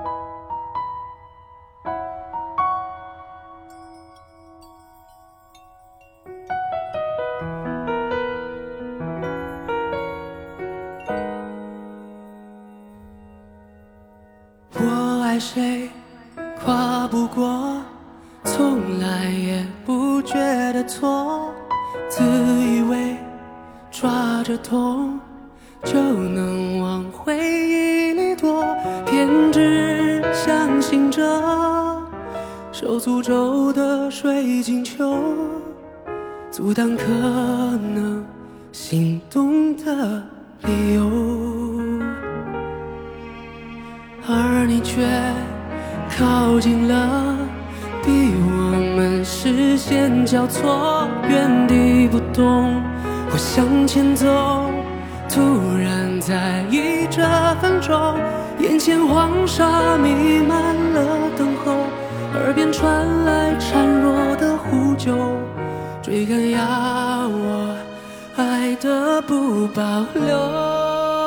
我爱谁跨不过，从来也不觉得错，自以为抓着痛就能往回忆里躲，偏执相信着受诅咒的水晶球，阻挡可能心动的理由，而你却靠近了，逼我们视线交错，原地不动或向前走，突然在意这分钟，眼前黄沙弥漫了等候，耳边传来孱弱的呼救，追赶要我爱的不保留。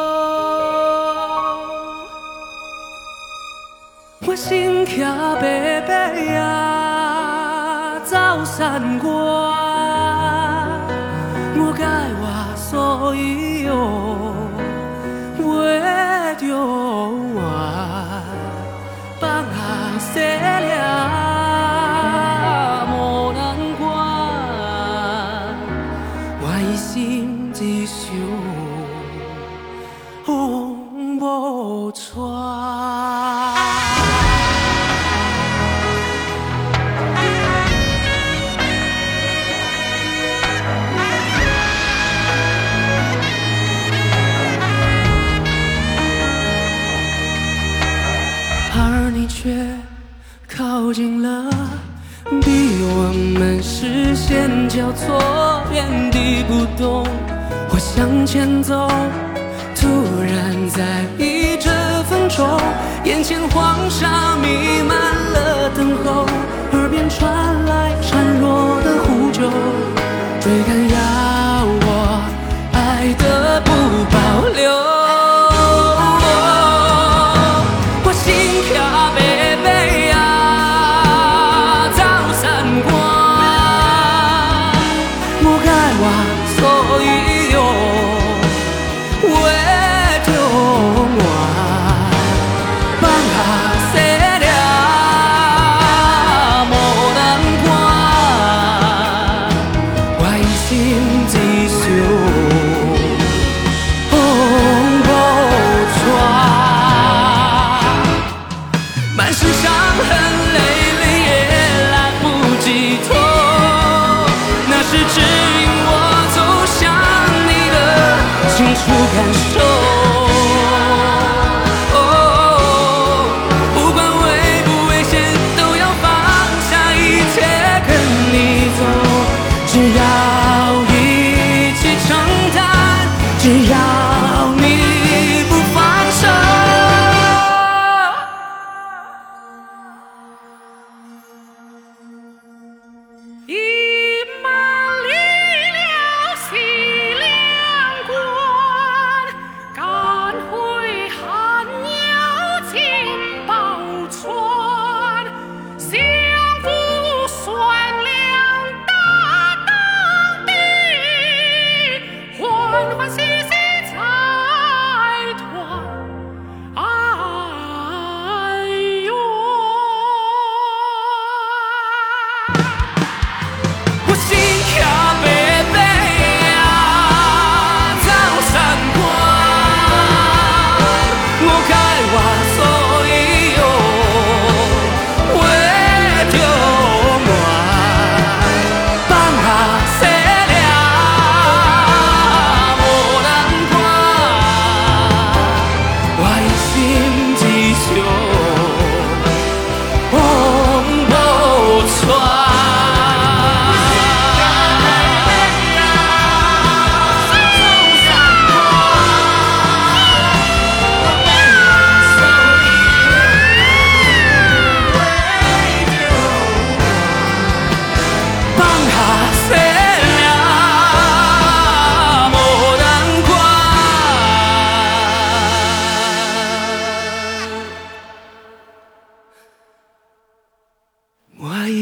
我心跳白白呀，早散过，我该话所以有，为着我放下细了，无难关，我一心只想无错。而你却靠近了，逼我们视线交错，原地不动或向前走，突然在意这分钟，眼前黄沙弥漫了等候，耳边传来孱弱的呼救，追赶要我爱的不保留。满是伤痕累累也来不及脱，那是指引我走向你的清楚感受。不管危不危险，都要放下一切跟你走。只要一起承担，只要你不放手。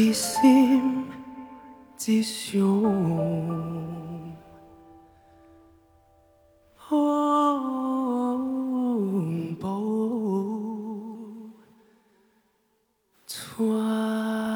的心只想，不错。